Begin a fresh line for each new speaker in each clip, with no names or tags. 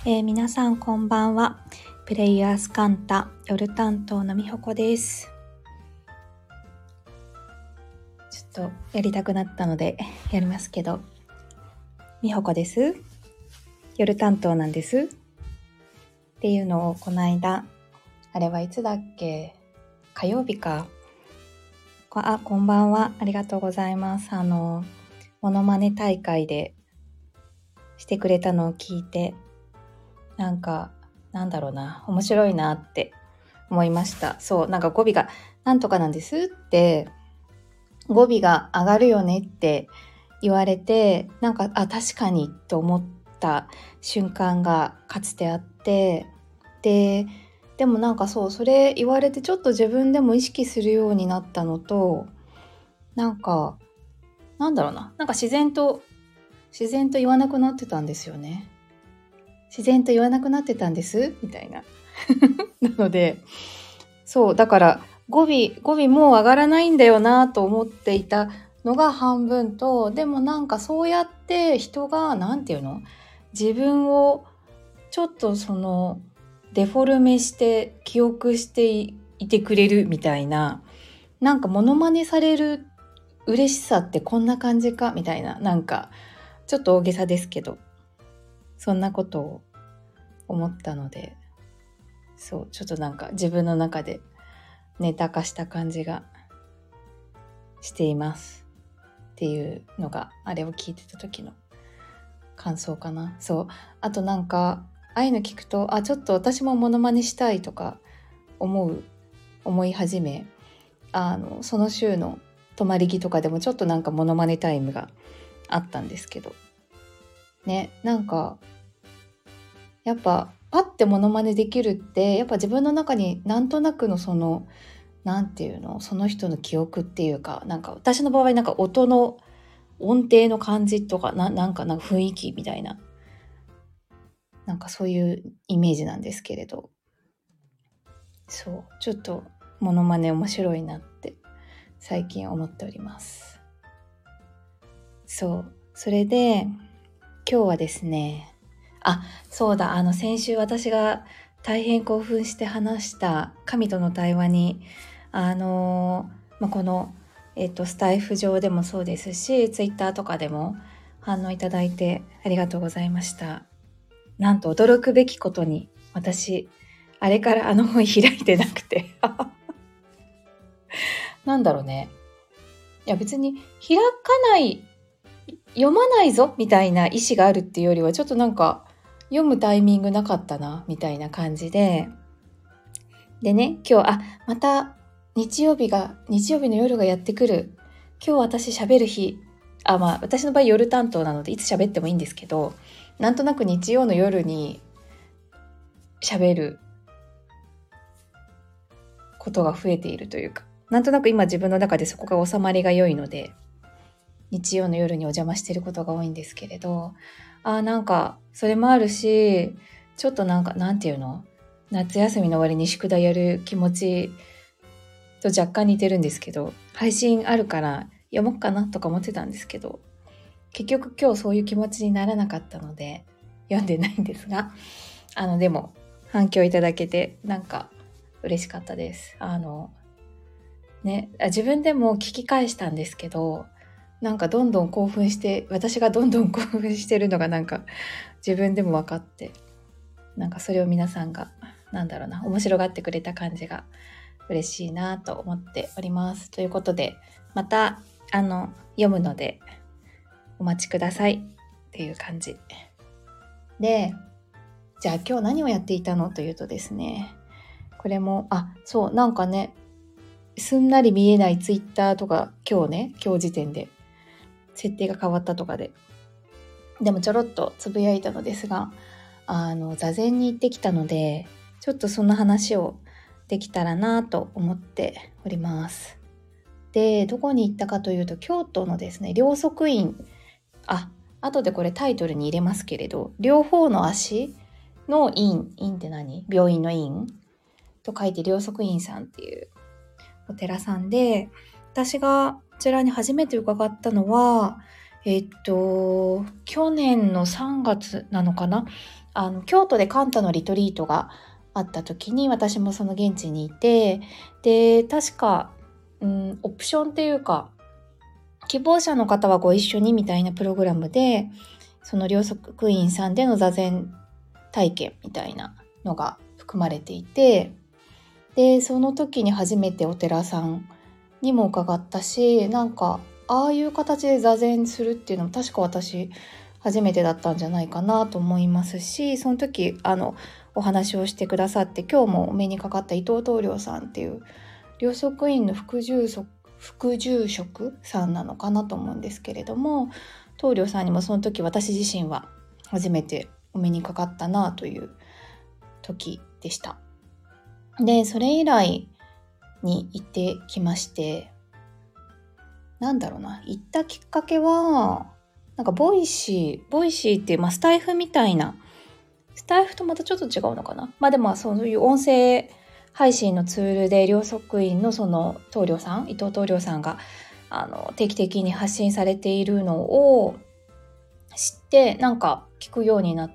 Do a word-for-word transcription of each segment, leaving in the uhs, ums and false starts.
えー、皆さんこんばんは。プレイヤースカンタ夜担当のみほこです。ちょっとやりたくなったのでやりますけど、みほこです。夜担当なんですっていうのをこの間、あれはいつだっけ、火曜日か。あ、こんばんは、ありがとうございます。あのモノマネ大会でしてくれたのを聞いて、なんかなんだろうな、面白いなって思いました。そう、なんか語尾がなんとかなんですって語尾が上がるよねって言われて、なんかあ確かにと思った瞬間がかつてあって、ででもなんかそうそれ言われてちょっと自分でも意識するようになったのと、なんかなんだろうな、なんか自然と自然と言わなくなってたんですよね。自然と言わなくなってたんですみたいななので、そうだから語尾語尾もう上がらないんだよなと思っていたのが半分と、でもなんかそうやって人がなんていうの、自分をちょっとそのデフォルメして記憶していてくれるみたいな、なんかモノマネされる嬉しさってこんな感じかみたいな、なんかちょっと大げさですけどそんなことを思ったので、そうちょっとなんか自分の中でネタ化した感じがしていますっていうのがあれを聞いてた時の感想かな。そう、あとなんかああいうの聞くと、あちょっと私もモノマネしたいとか思う思い始め、あのその週の泊まり木とかでもちょっとなんかモノマネタイムがあったんですけどね、なんかやっぱパッてモノマネできるってやっぱ自分の中になんとなくのそのなんていうの、その人の記憶っていうか、なんか私の場合なんか音の音程の感じとか な, なんかなんか雰囲気みたいな、なんかそういうイメージなんですけれど、そうちょっとモノマネ面白いなって最近思っております。そうそれで今日はですね、あそうだ、あの先週私が大変興奮して話した神との対話に、あのーまあ、この、えっと、スタイフ上でもそうですしツイッターとかでも反応いただいてありがとうございました。なんと驚くべきことに私あれからあの本開いてなくてなんだろうね、いや別に開かない読まないぞみたいな意思があるっていうよりは、ちょっとなんか読むタイミングなかったなみたいな感じで、でね今日あまた日曜日が日曜日の夜がやってくる。今日私喋る日、あまあ私の場合夜担当なのでいつ喋ってもいいんですけど、なんとなく日曜の夜に喋ることが増えているというか、なんとなく今自分の中でそこが収まりが良いので日曜の夜にお邪魔してることが多いんですけれど、あなんかそれもあるし、ちょっとなんかなんていうの、夏休みの終わりに宿題やる気持ちと若干似てるんですけど、配信あるから読もうかなとか思ってたんですけど、結局今日そういう気持ちにならなかったので読んでないんですが、あのでも反響いただけてなんか嬉しかったです。あのね、自分でも聞き返したんですけど、なんかどんどん興奮して、私がどんどん興奮してるのがなんか自分でも分かって、なんかそれを皆さんがなんだろうな、面白がってくれた感じが嬉しいなと思っております。ということでまたあの読むのでお待ちくださいっていう感じで、じゃあ今日何をやっていたのというとですね、これもあそうなんかね、すんなり見えないツイッターとか今日ね今日時点で設定が変わったとかででもちょろっとつぶやいたのですが、あの座禅に行ってきたのでちょっとその話をできたらなと思っております。でどこに行ったかというと、京都のですね両側院、あ後でこれタイトルに入れますけれど、両方の足の院、院って何、病院の院と書いて両側院さんっていうお寺さんで、私がこちらに初めて伺ったのはえっと去年のさんがつなのかな、 あの京都でカンタのリトリートがあった時に私もその現地にいて、で確か、うん、オプションっていうか希望者の方はご一緒にみたいなプログラムで、その両足院さんでの座禅体験みたいなのが含まれていて、でその時に初めてお寺さんにも伺ったし、なんかああいう形で座禅するっていうのも確か私初めてだったんじゃないかなと思いますし、その時あのお話をしてくださって、今日もお目にかかった伊藤東良さんっていう両足院の副住職副住職さんなのかなと思うんですけれども、東良さんにもその時私自身は初めてお目にかかったなという時でした。でそれ以来に行ってきまして、なんだろうな、行ったきっかけはなんかボイシーボイシーっていう、まあ、スタイフみたいな、スタイフとまたちょっと違うのかな、まあでもそういう音声配信のツールで両足院のその東良さん伊藤東良さんがあの定期的に発信されているのを知って、なんか聞くようになって、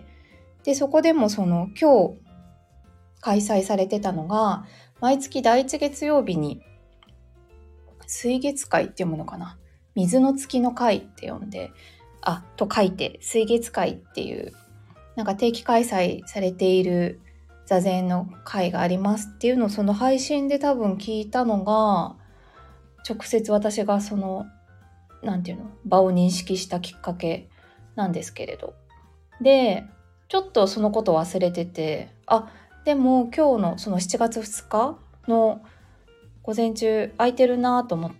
でそこでもその今日開催されてたのが、毎月第一月曜日に水月会っていうものかな、水の月の会って呼んで、あと書いて水月会っていうなんか定期開催されている座禅の会がありますっていうのを、その配信で多分聞いたのが直接私がそのなんていうの場を認識したきっかけなんですけれど、でちょっとそのこと忘れてて、あでも今日のそのしちがつふつかの午前中空いてるなと思って、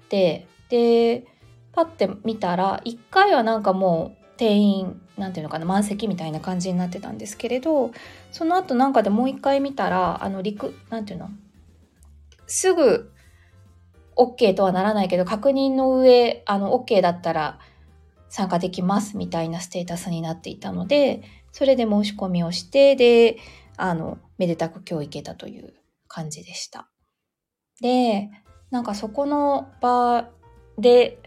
でパッて見たらいっかいはなんかもう定員なんていうのかな、満席みたいな感じになってたんですけれど、その後なんかでもう一回見たら、あの陸なんていうの、すぐ OK とはならないけど確認の上、あの OK だったら参加できますみたいなステータスになっていたので、それで申し込みをして、であのめでたく今日行けたという感じでした。でなんかそこの場で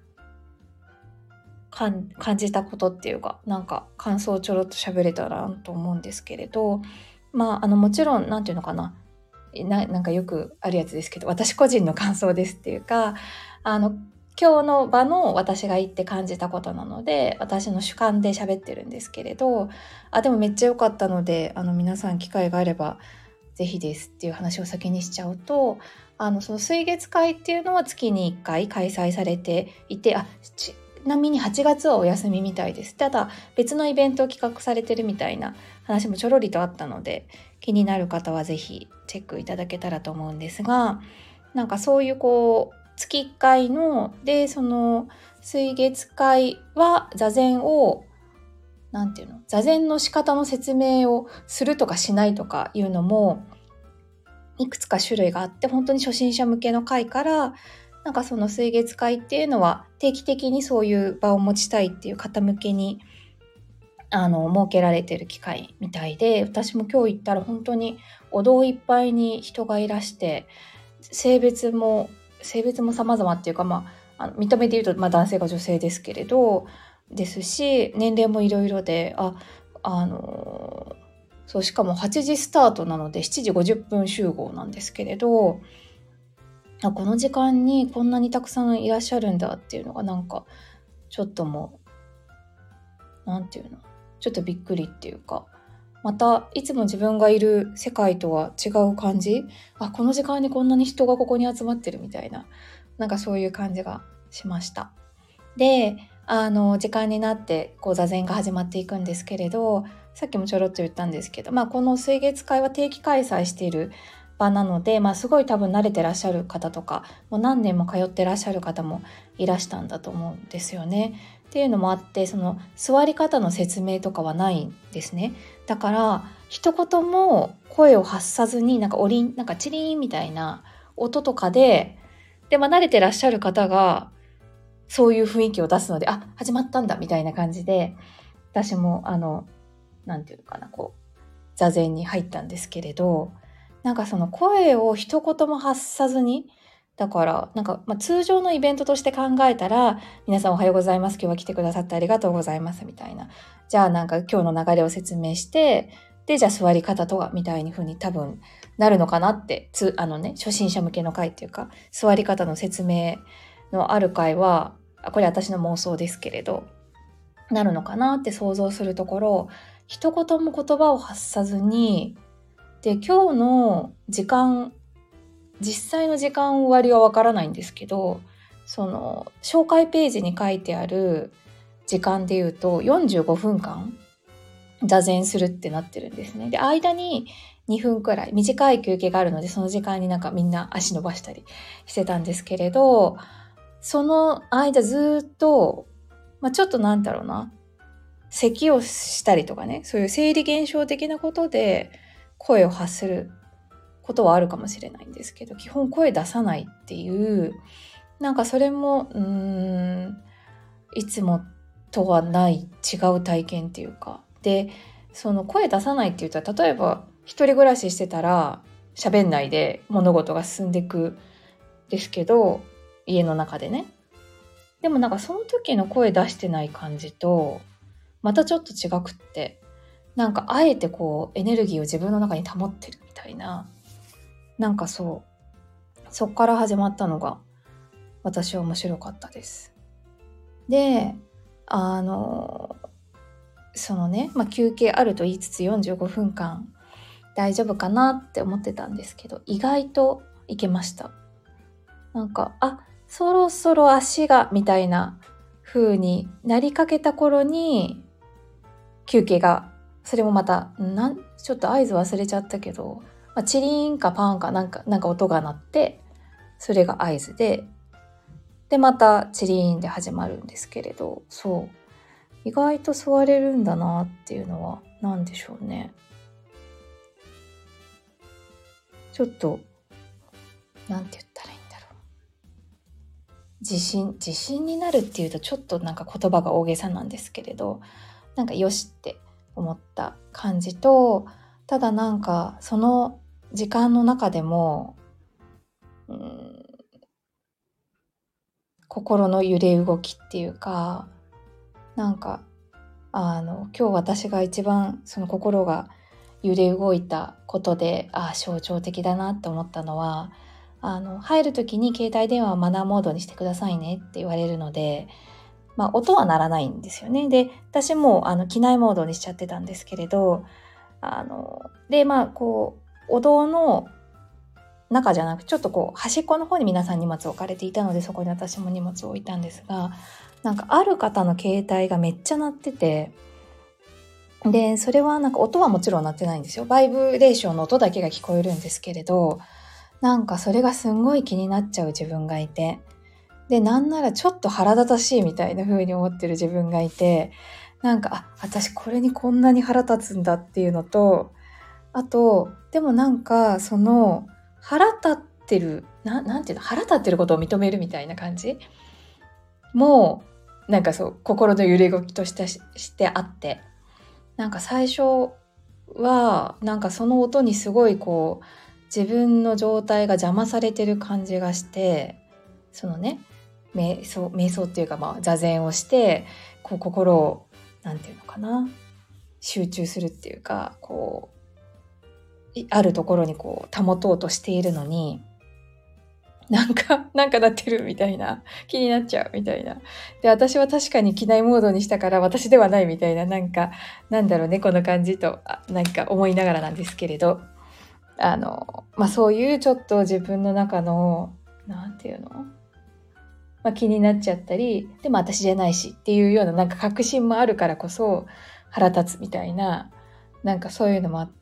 感じたことっていうか、なんか感想をちょろっと喋れたらなと思うんですけれど、まああのもちろんなんていうのかな、な, なんかよくあるやつですけど、私個人の感想ですっていうか、あの今日の場の私が行って感じたことなので、私の主観で喋ってるんですけれど、あでもめっちゃ良かったので、あの皆さん機会があればぜひですっていう話を先にしちゃうと、あのその水月会っていうのは月にいっかい開催されていて、あちなみにはちがつはお休みみたいです。ただ別のイベントを企画されてるみたいな話もちょろりとあったので、気になる方はぜひチェックいただけたらと思うんですが、なんかそういうこう月いっかいので、その水月会は座禅をなんていうの座禅の仕方の説明をするとかしないとかいうのもいくつか種類があって、本当に初心者向けの会から、なんかその水月会っていうのは定期的にそういう場を持ちたいっていう方向けにあの設けられてる機会みたいで、私も今日行ったら本当にお堂いっぱいに人がいらして、性別も性別も様々っていうか、まあ、あの見た目で言うと、まあ、男性か女性ですけれどですし、年齢もいろいろで、ああのそうしかもはちじスタートなのでしちじごじゅっぷん集合なんですけれど、あこの時間にこんなにたくさんいらっしゃるんだっていうのが、なんかちょっともうなんていうのちょっとびっくりっていうか、またいつも自分がいる世界とは違う感じ、あこの時間にこんなに人がここに集まってるみたいな、なんかそういう感じがしました。であの時間になってこう座禅が始まっていくんですけれど、さっきもちょろっと言ったんですけど、まあ、この水月会は定期開催している場なので、まあ、すごい多分慣れてらっしゃる方とか、もう何年も通ってらっしゃる方もいらしたんだと思うんですよね。っていうのもあって、その座り方の説明とかはないんですね。だから一言も声を発さずに、なんかおりんなんかチリーンみたいな音とかで、で、まあ、慣れてらっしゃる方がそういう雰囲気を出すので、あ始まったんだみたいな感じで、私もあのなんていうのかな、こう座禅に入ったんですけれど、なんかその声を一言も発さずにだからなんか、まあ、通常のイベントとして考えたら、皆さんおはようございます、今日は来てくださってありがとうございますみたいな、じゃあなんか今日の流れを説明して、でじゃあ座り方とはみたいに風に多分なるのかなって、つあのね初心者向けの会っていうか、座り方の説明のある会は、これ私の妄想ですけれど、なるのかなって想像するところ、一言も言葉を発さずに、で今日の時間、実際の時間割はわからないんですけど、その紹介ページに書いてある時間で言うとよんじゅうごふんかん座禅するってなってるんですね。で間ににふんくらい短い休憩があるので、その時間になんかみんな足伸ばしたりしてたんですけれど、その間ずっと、まあ、ちょっとなんだろうな、咳をしたりとかね、そういう生理現象的なことで声を発することはあるかもしれないんですけど、基本声出さないっていう、なんかそれもうーんいつもとはない違う体験っていうか、でその声出さないって言ったら、例えば一人暮らししてたら喋んないで物事が進んでいくですけど、家の中でね。でもなんかその時の声出してない感じとまたちょっと違くって、なんかあえてこうエネルギーを自分の中に保ってるみたいな、なんかそうそっから始まったのが私は面白かったです。であのそのね、まあ、休憩あると言いつつよんじゅうごふんかん大丈夫かなって思ってたんですけど、意外といけました。なんかあそろそろ足がみたいな風になりかけた頃に休憩が、それもまたなんちょっと合図忘れちゃったけど、まあ、チリーンかパーンかなんかなんか音が鳴って、それが合図で、でまたチリーンで始まるんですけれど、そう意外と座れるんだなっていうのは何でしょうね。ちょっとなんて言ったらいいんだろう。自信自信になるっていうとちょっとなんか言葉が大げさなんですけれど、なんかよしって思った感じと、ただなんかその時間の中でもうーん心の揺れ動きっていうか、なんかあの今日私が一番その心が揺れ動いたことで、あ象徴的だなって思ったのは、あの入る時に携帯電話はマナーモードにしてくださいねって言われるので、まあ、音は鳴らないんですよね。で私もあの機内モードにしちゃってたんですけれど、あのでまあこうお堂の中じゃなく、ちょっとこう端っこの方に皆さん荷物置かれていたので、そこに私も荷物を置いたんですが、なんかある方の携帯がめっちゃ鳴ってて、でそれはなんか音はもちろん鳴ってないんですよ。バイブレーションの音だけが聞こえるんですけれど、なんかそれがすんごい気になっちゃう自分がいて、でなんならちょっと腹立たしいみたいな風に思ってる自分がいて、なんかあ私これにこんなに腹立つんだっていうのと、あとでもなんかその腹立ってる な, なんていうの腹立ってることを認めるみたいな感じもうなんかそう心の揺れ動きとしてしてあって、なんか最初はなんかその音にすごいこう自分の状態が邪魔されてる感じがして、そのね瞑想瞑想っていうか、まあ座禅をしてこう心をなんていうのかな集中するっていうか、こうあるところにこう保とうとしているのに、なんかなんかなってるみたいな、気になっちゃうみたいな。で私は確かに機内モードにしたから私ではないみたいな、なんかなんだろうねこの感じとなんか思いながらなんですけれど、あのまあそういうちょっと自分の中のなんていうの、まあ、気になっちゃったり、でも私じゃないしっていうようななんか確信もあるからこそ腹立つみたいな、なんかそういうのもあって、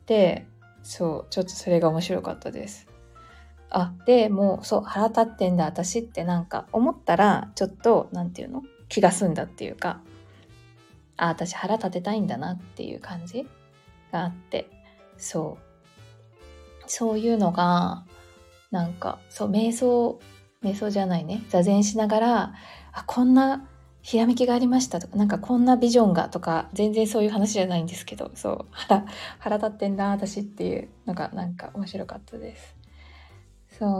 そうちょっとそれが面白かったです。あでもうそう腹立ってんだ私ってなんか思ったら、ちょっとなんていうの気が済んだっていうか、あ私腹立てたいんだなっていう感じがあって、そうそういうのがなんかそう瞑想瞑想じゃないね座禅しながら、あこんなひらめきがありましたとか、なんかこんなビジョンがとか、全然そういう話じゃないんですけど、そう腹腹立ってんだ私っていうのがなんか面白かったです。そう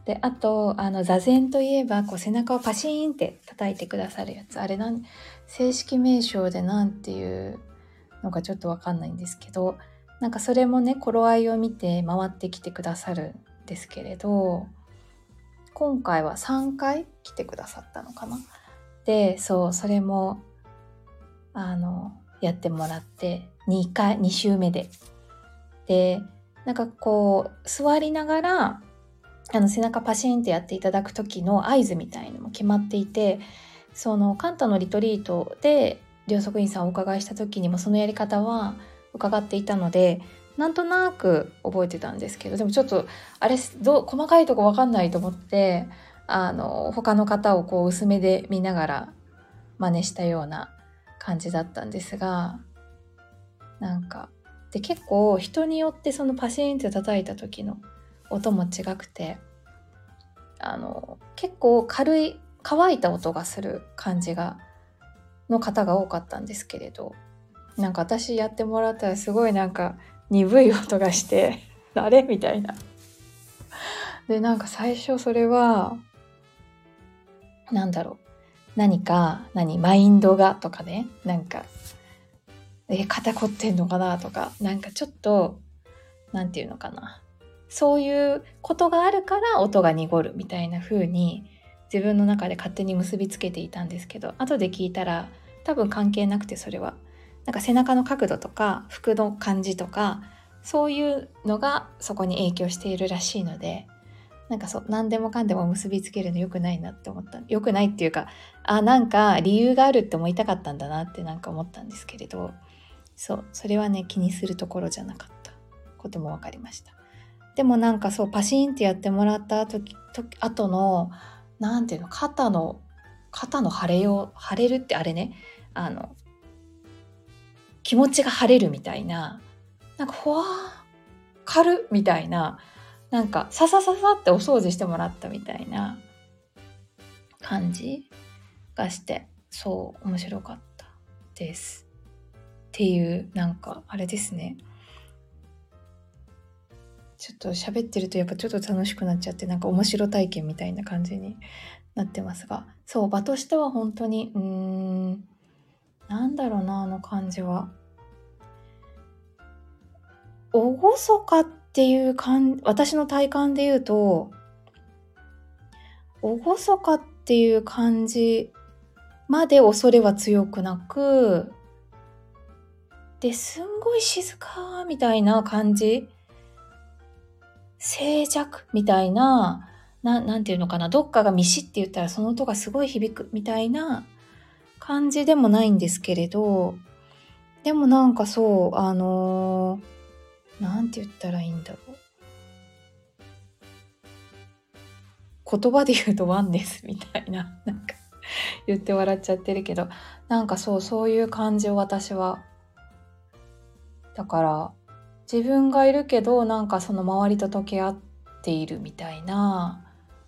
であとあの座禅といえばこう背中をパシーンって叩いてくださるやつ、あれなん正式名称でなんていうのかちょっとわかんないんですけど、なんかそれもね頃合いを見て回ってきてくださるんですけれど、今回はさんかい来てくださったのかな。でそうそれもあのやってもらってにかいに週目ででなんかこう座りながらあの背中パシーンってやっていただく時の合図みたいのも決まっていて、そのカンタのリトリートで両側院さんをお伺いした時にもそのやり方は伺っていたのでなんとなく覚えてたんですけど、でもちょっとあれどう細かいとこ分かんないと思ってあの他の方をこう薄めで見ながら真似したような感じだったんですが、なんかで結構人によってそのパシーンって叩いた時の音も違くて、あの結構軽い乾いた音がする感じがの方が多かったんですけれど、なんか私やってもらったらすごいなんか鈍い音がしてあれみたいな。でなんか最初それはなんだろう、何か何マインドがとかね、なんかえ肩凝ってんのかなとか、なんかちょっとなんていうのかな、そういうことがあるから音が濁るみたいな風に自分の中で勝手に結びつけていたんですけど、後で聞いたら多分関係なくて、それはなんか背中の角度とか服の感じとかそういうのがそこに影響しているらしいので、なんかそう何でもかんでも結びつけるの良くないなって思った。良くないっていうか、あなんか理由があるって思いたかったんだなってなんか思ったんですけれど、そうそれはね気にするところじゃなかったことも分かりました。でもなんかそうパシーンってやってもらった時後のなんていうの、肩の肩の腫れよう腫れるってあれね、あの気持ちが晴れるみたいな、なんかふわー軽みたいな、なんかササササってお掃除してもらったみたいな感じがして、そう面白かったですっていう、なんかあれですね、ちょっと喋ってるとやっぱちょっと楽しくなっちゃって、なんか面白体験みたいな感じになってますが、そう場としては本当にうーんなんだろうな、あの感じは厳かっていう感、私の体感で言うと厳かっていう感じまで恐れは強くなく、ですんごい静かみたいな感じ、静寂みたいな、な、なんていうのかな、どっかがミシって言ったらその音がすごい響くみたいな感じでもないんですけれど、でもなんかそうあのー、なんて言ったらいいんだろう、言葉で言うとワンネスみたいな、なんか言って笑っちゃってるけど、なんかそうそういう感じを私は、だから自分がいるけどなんかその周りと溶け合っているみたいな、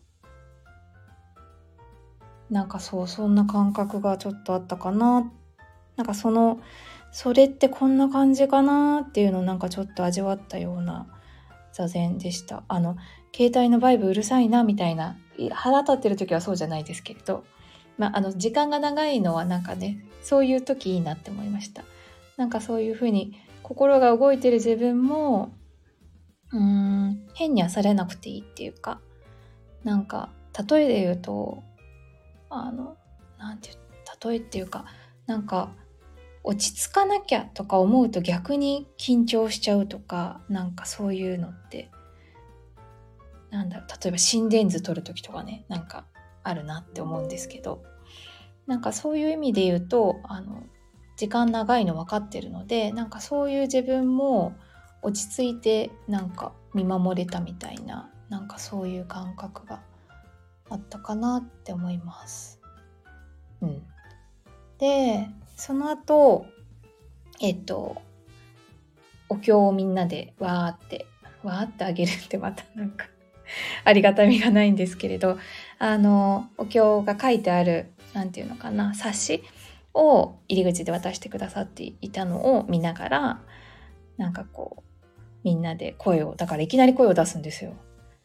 なんかそうそんな感覚がちょっとあったかな。なんかそのそれってこんな感じかなっていうのをなんかちょっと味わったような座禅でした。あの携帯のバイブうるさいなみたいな、腹立ってる時はそうじゃないですけれど、まあ、あの時間が長いのはなんかね、そういう時いいなって思いました。なんかそういう風に心が動いてる自分もうーん変に焦れなくていいっていうか、なんか例えで言うとあのなんていう例えっていうか、なんか落ち着かなきゃとか思うと逆に緊張しちゃうとか、なんかそういうのってなんだろう、例えば心電図取る時とかね、なんかあるなって思うんですけど、なんかそういう意味で言うとあの時間長いの分かってるので、なんかそういう自分も落ち着いてなんか見守れたみたいな、なんかそういう感覚があったかなって思います。うん。で、その後えっとお経をみんなでわーってわーってあげるってまたなんかありがたみがないんですけれど、あのお経が書いてあるなんていうのかな、冊子を入り口で渡してくださっていたのを見ながら、なんかこうみんなで声を、だからいきなり声を出すんですよ。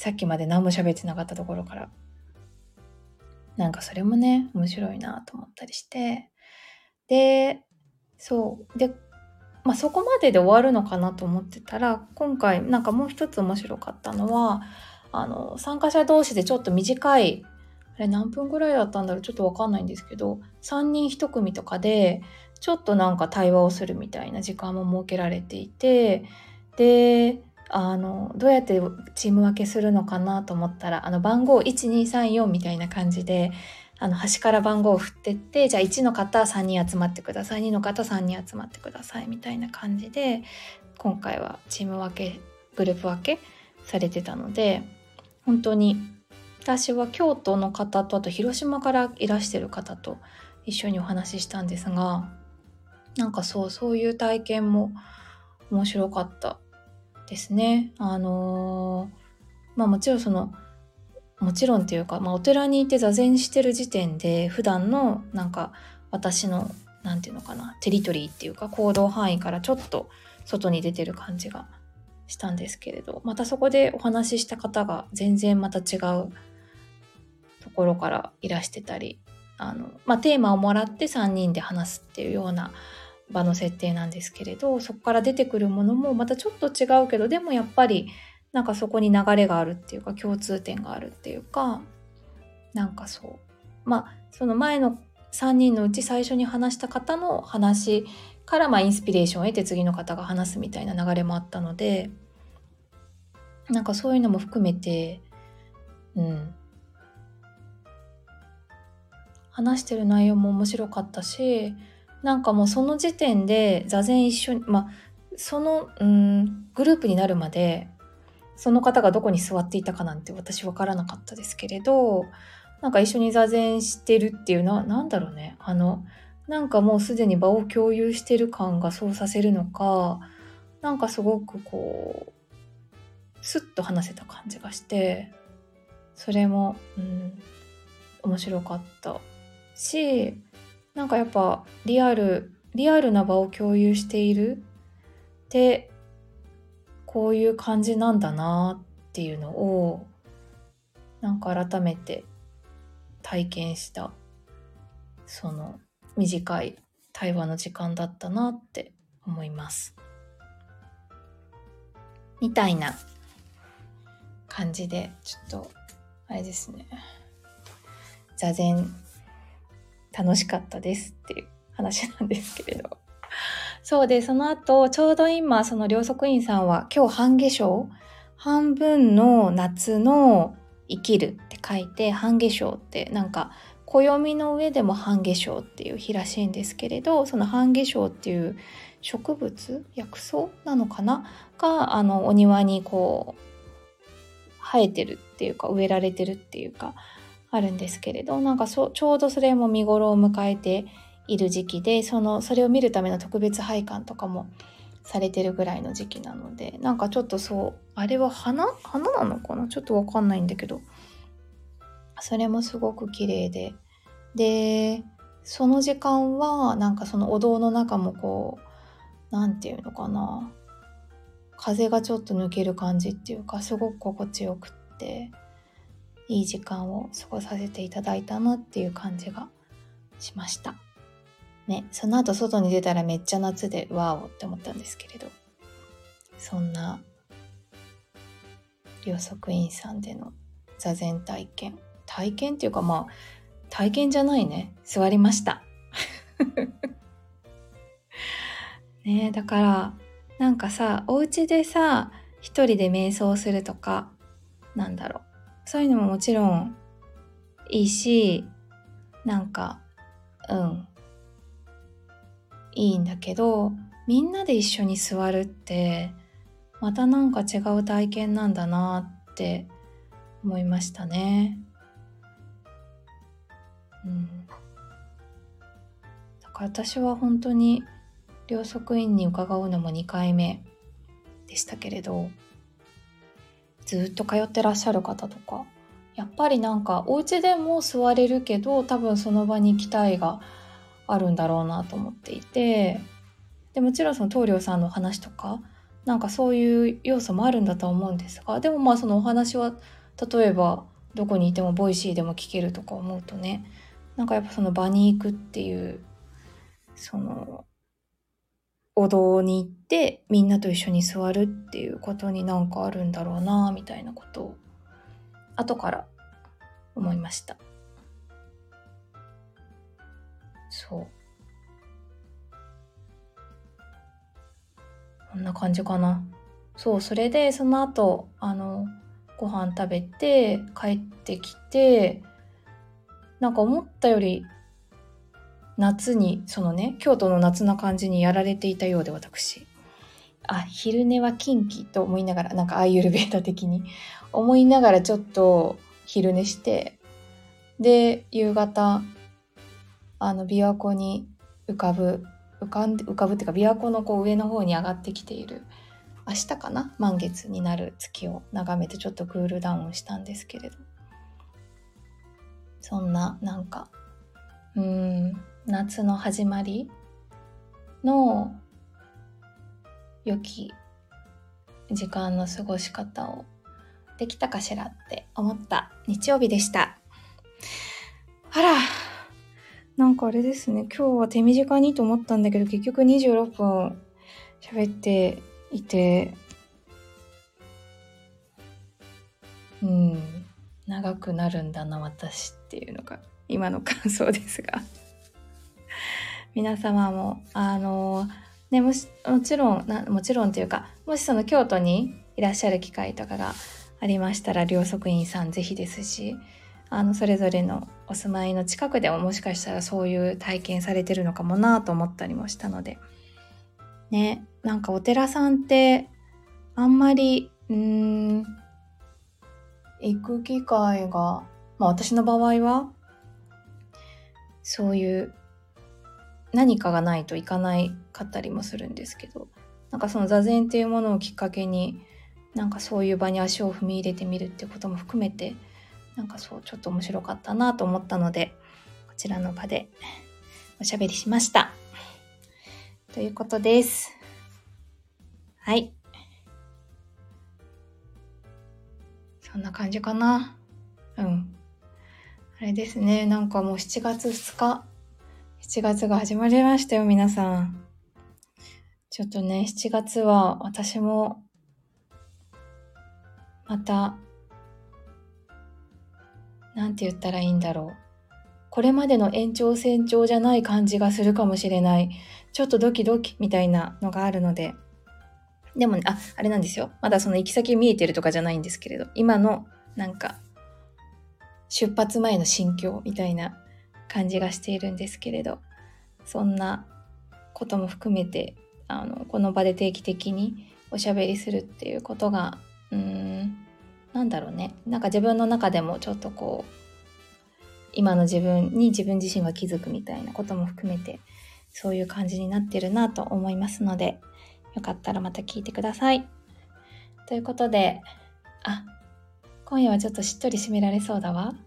さっきまで何も喋ってなかったところから。なんかそれもね、面白いなと思ったりして。で、そう。で、まあそこまでで終わるのかなと思ってたら、今回なんかもう一つ面白かったのは、あの、参加者同士でちょっと短い、あれ何分ぐらいだったんだろうちょっとわかんないんですけど、さんにんいち組とかで、ちょっとなんか対話をするみたいな時間も設けられていて、で、あの、どうやってチーム分けするのかなと思ったら、あの番号いちにさんよんみたいな感じで、あの端から番号を振ってって、じゃあいちの方さんにん集まってください、にの方さんにん集まってくださいみたいな感じで、今回はチーム分け、グループ分けされてたので、本当に私は京都の方とあと広島からいらしてる方と一緒にお話ししたんですが、なんかそうそういう体験も面白かったですね。あのー、まあもちろんそのもちろんっていうか、まあ、お寺にいて座禅してる時点で普段のなんか私のなんていうのかなテリトリーっていうか行動範囲からちょっと外に出てる感じがしたんですけれど、またそこでお話しした方が全然また違うところからいらしてたり、あの、まあ、テーマをもらってさんにんで話すっていうような場の設定なんですけれど、そこから出てくるものもまたちょっと違うけど、でもやっぱりなんかそこに流れがあるっていうか共通点があるっていうか、なんかそうまあその前のさんにんのうち最初に話した方の話からまあインスピレーションを得て次の方が話すみたいな流れもあったので、なんかそういうのも含めてうん話してる内容も面白かったし、なんかもうその時点で座禅一緒にまあそのうんグループになるまでその方がどこに座っていたかなんて私分からなかったですけれど、なんか一緒に座禅してるっていうのはなんだろうね、あのなんかもうすでに場を共有してる感がそうさせるのか、なんかすごくこうスッと話せた感じがして、それも、うん、面白かったし、なんかやっぱリアルリアルな場を共有しているってこういう感じなんだなっていうのをなんか改めて体験したその短い対話の時間だったなって思いますみたいな感じで、ちょっとあれですね、座禅楽しかったですっていう話なんですけれど、そうでその後ちょうど今その両側院さんは今日半夏生、半分の夏の生きるって書いて半夏生ってなんか暦の上でも半夏生っていう日らしいんですけれど、その半夏生っていう植物薬草なのかながあのお庭にこう生えてるっていうか植えられてるっていうかあるんですけれど、なんかそちょうどそれも見頃を迎えている時期で、そのそれを見るための特別拝観とかもされてるぐらいの時期なので、なんかちょっとそうあれは花花なのかなちょっとわかんないんだけど、それもすごく綺麗で、でその時間はなんかそのお堂の中もこうなんていうのかな、風がちょっと抜ける感じっていうかすごく心地よくっていい時間を過ごさせていただいたなっていう感じがしましたね。その後外に出たらめっちゃ夏でワーオって思ったんですけれど、そんな両側院さんでの座禅体験体験っていうかまあ体験じゃないね、座りましたねえ、だからなんかさお家でさ一人で瞑想するとかなんだろう、そういうのももちろんいいし、なんかうんいいんだけど、みんなで一緒に座るってまたなんか違う体験なんだなって思いましたね。うん、だから私は本当に両側院に伺うのもにかいめでしたけれど、ずっと通ってらっしゃる方とかやっぱりなんかお家でも座れるけど多分その場に行きたいがあるんだろうなと思っていて、でもちろんその棟梁さんの話とかなんかそういう要素もあるんだとは思うんですが、でもまあそのお話は例えばどこにいてもボイシーでも聞けるとか思うとね、なんかやっぱその場に行くっていうそのお堂に行ってみんなと一緒に座るっていうことになんかあるんだろうなみたいなことを後から思いました。そうこんな感じかな。そうそれでその後あのご飯食べて帰ってきて、なんか思ったより夏にそのね京都の夏な感じにやられていたようで、私あ昼寝は禁忌と思いながら、なんかアーユルヴェーダ的に思いながらちょっと昼寝して、で夕方あの琵琶湖に浮かぶ浮かんで浮かぶっていうか琵琶湖のこう上の方に上がってきている明日かな満月になる月を眺めてちょっとクールダウンしたんですけれど、そんななんかうーん夏の始まりの良き時間の過ごし方をできたかしらって思った日曜日でした。あら、なんかあれですね、今日は手短にと思ったんだけど結局にじゅうろっぷん喋っていて、うん長くなるんだな私っていうのが今の感想ですが皆様もあのねもしもちろんなもちろんというか、もしその京都にいらっしゃる機会とかがありましたら両側院さんぜひですし、あのそれぞれのお住まいの近くでももしかしたらそういう体験されてるのかもなと思ったりもしたのでね。なんかお寺さんってあんまりうーん行く機会が、まあ私の場合はそういう何かがないと行かないかったりもするんですけど、なんかその座禅っていうものをきっかけになんかそういう場に足を踏み入れてみるってことも含めて、なんかそうちょっと面白かったなと思ったので、こちらの場でおしゃべりしましたということです。はい、そんな感じかな。うんあれですね、なんかもうしちがつふつかしちがつが始まりましたよ皆さん。ちょっとねしちがつは私もまたなんて言ったらいいんだろう、これまでの延長線上じゃない感じがするかもしれない、ちょっとドキドキみたいなのがあるので、でもね、あ、あれなんですよ、まだその行き先見えてるとかじゃないんですけれど、今のなんか出発前の心境みたいな感じがしているんですけれど、そんなことも含めてあのこの場で定期的におしゃべりするっていうことがうーんなんだろうね、なんか自分の中でもちょっとこう今の自分に自分自身が気づくみたいなことも含めてそういう感じになってるなと思いますので、よかったらまた聞いてくださいということで、あ、今夜はちょっとしっとり締められそうだわ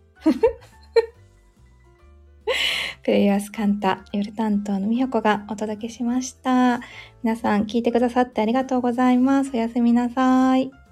プレイヤースカンタ夜担当のみほこがお届けしました。皆さん聞いてくださってありがとうございます。おやすみなさい。